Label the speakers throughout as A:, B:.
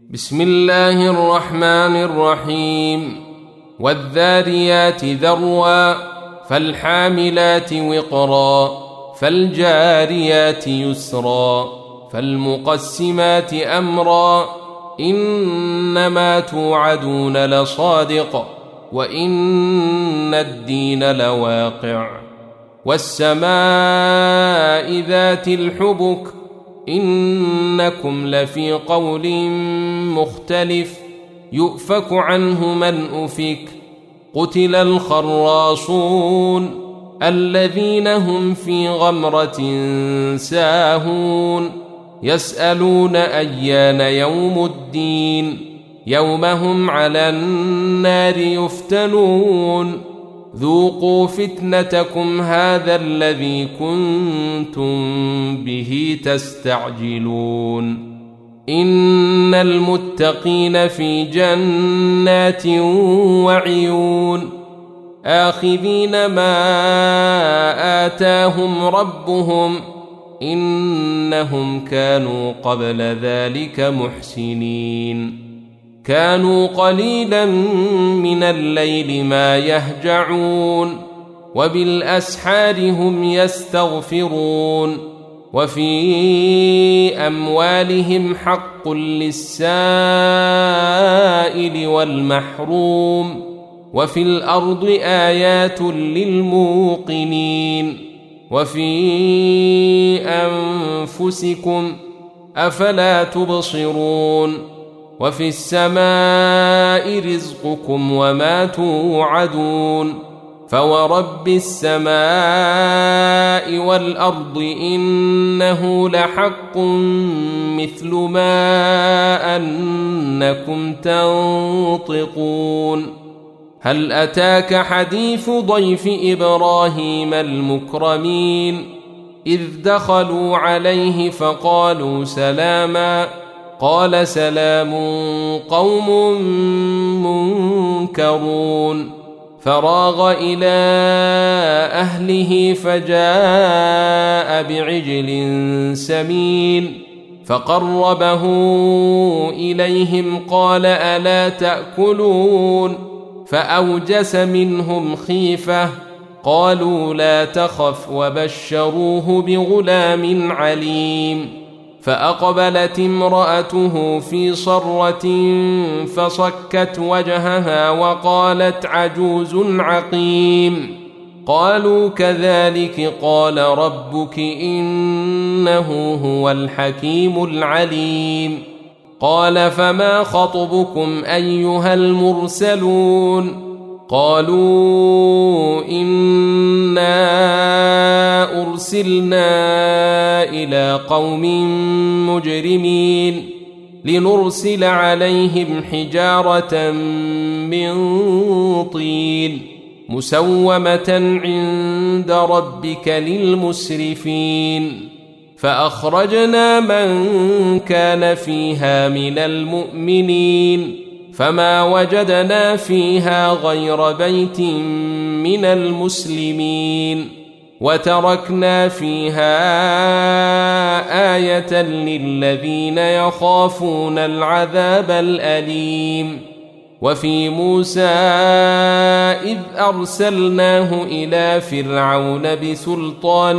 A: بسم الله الرحمن الرحيم والذاريات ذروا فالحاملات وقرا فالجاريات يسرا فالمقسمات أمرا إنما توعدون لصادق وإن الدين لواقع والسماء ذات الحبك إنكم لفي قول مختلف يؤفك عنه من أفك قتل الخراصون الذين هم في غمرة ساهون يسألون أيان يوم الدين يوم هم على النار يفتنون ذوقوا فتنتكم هذا الذي كنتم به تستعجلون إن المتقين في جنات وعيون آخذين ما آتاهم ربهم إنهم كانوا قبل ذلك محسنين كانوا قليلا من الليل ما يهجعون وبالأسحار هم يستغفرون وفي أموالهم حق للسائل والمحروم وفي الأرض آيات للموقنين وفي أنفسكم أفلا تبصرون وفي السماء رزقكم وما توعدون فورب السماء والأرض إنه لحق مثل ما أنكم تنطقون هل أتاك حديث ضيف إبراهيم المكرمين إذ دخلوا عليه فقالوا سلاما قال سلام قوم منكرون فراغ إلى أهله فجاء بعجل سمين فقربه إليهم قال ألا تأكلون فأوجس منهم خيفة قالوا لا تخف وبشروه بغلام عليم فأقبلت امرأته في صرة فصكت وجهها وقالت عجوز عقيم قالوا كذلك قال ربك إنه هو الحكيم العليم قال فما خطبكم أيها المرسلون قالوا إنا أرسلنا إلى قوم مجرمين لنرسل عليهم حجارة من طين مسومة عند ربك للمسرفين فأخرجنا من كان فيها من المؤمنين فما وجدنا فيها غير بيت من المسلمين وتركنا فيها آية للذين يخافون العذاب الأليم وفي موسى إذ أرسلناه إلى فرعون بسلطان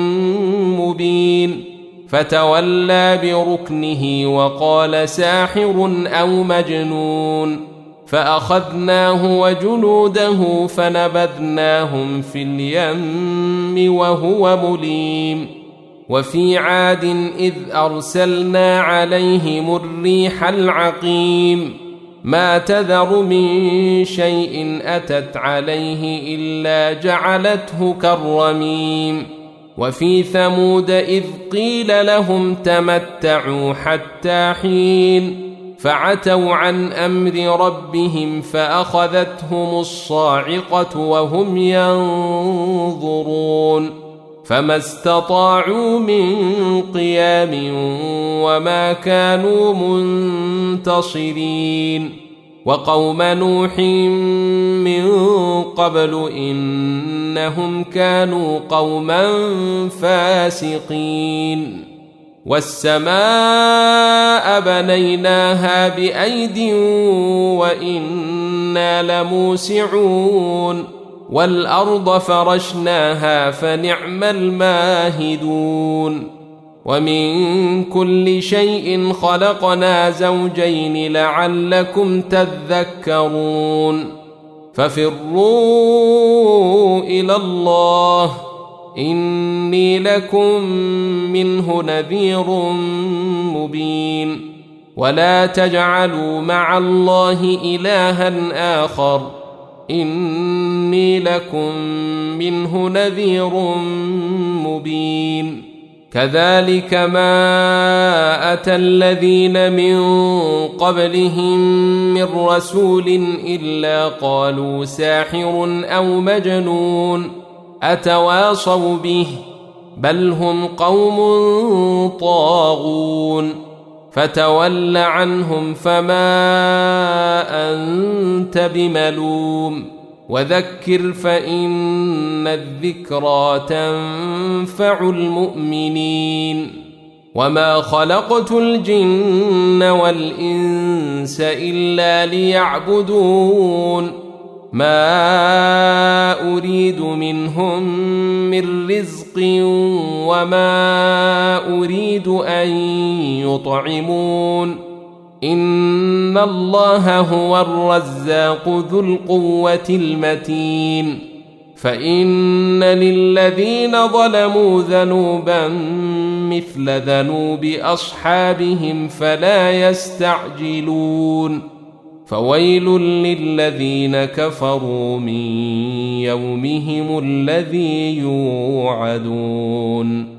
A: مبين فتولى بركنه وقال ساحر أو مجنون فأخذناه وجنوده فنبذناهم في اليم وهو مليم وفي عاد إذ أرسلنا عليهم الريح العقيم ما تذر من شيء أتت عليه إلا جعلته كالرميم وفي ثمود إذ قيل لهم تمتعوا حتى حين فعتوا عن أمر ربهم فأخذتهم الصاعقة وهم ينظرون فما استطاعوا من قيام وما كانوا منتصرين وقوم نوح من قبل إنهم كانوا قوما فاسقين والسماء بنيناها بأيد وإنا لموسعون والأرض فرشناها فنعم الماهدون ومن كل شيء خلقنا زوجين لعلكم تذكرون ففروا إلى الله إني لكم منه نذير مبين ولا تجعلوا مع الله إلها آخر إني لكم منه نذير مبين كذلك ما أتى الذين من قبلهم من رسول إلا قالوا ساحر أو مجنون أتواصوا به بل هم قوم طاغون فتول عنهم فما أنت بملوم وذكر فإن الذكرى تنفع المؤمنين وما خلقت الجن والإنس إلا ليعبدون ما أريد منهم من رزق وما أريد أن يطعمون إن الله هو الرزاق ذو القوة المتين فإن للذين ظلموا ذنوبا مثل ذنوب أصحابهم فلا يستعجلون فويل للذين كفروا من يومهم الذي يوعدون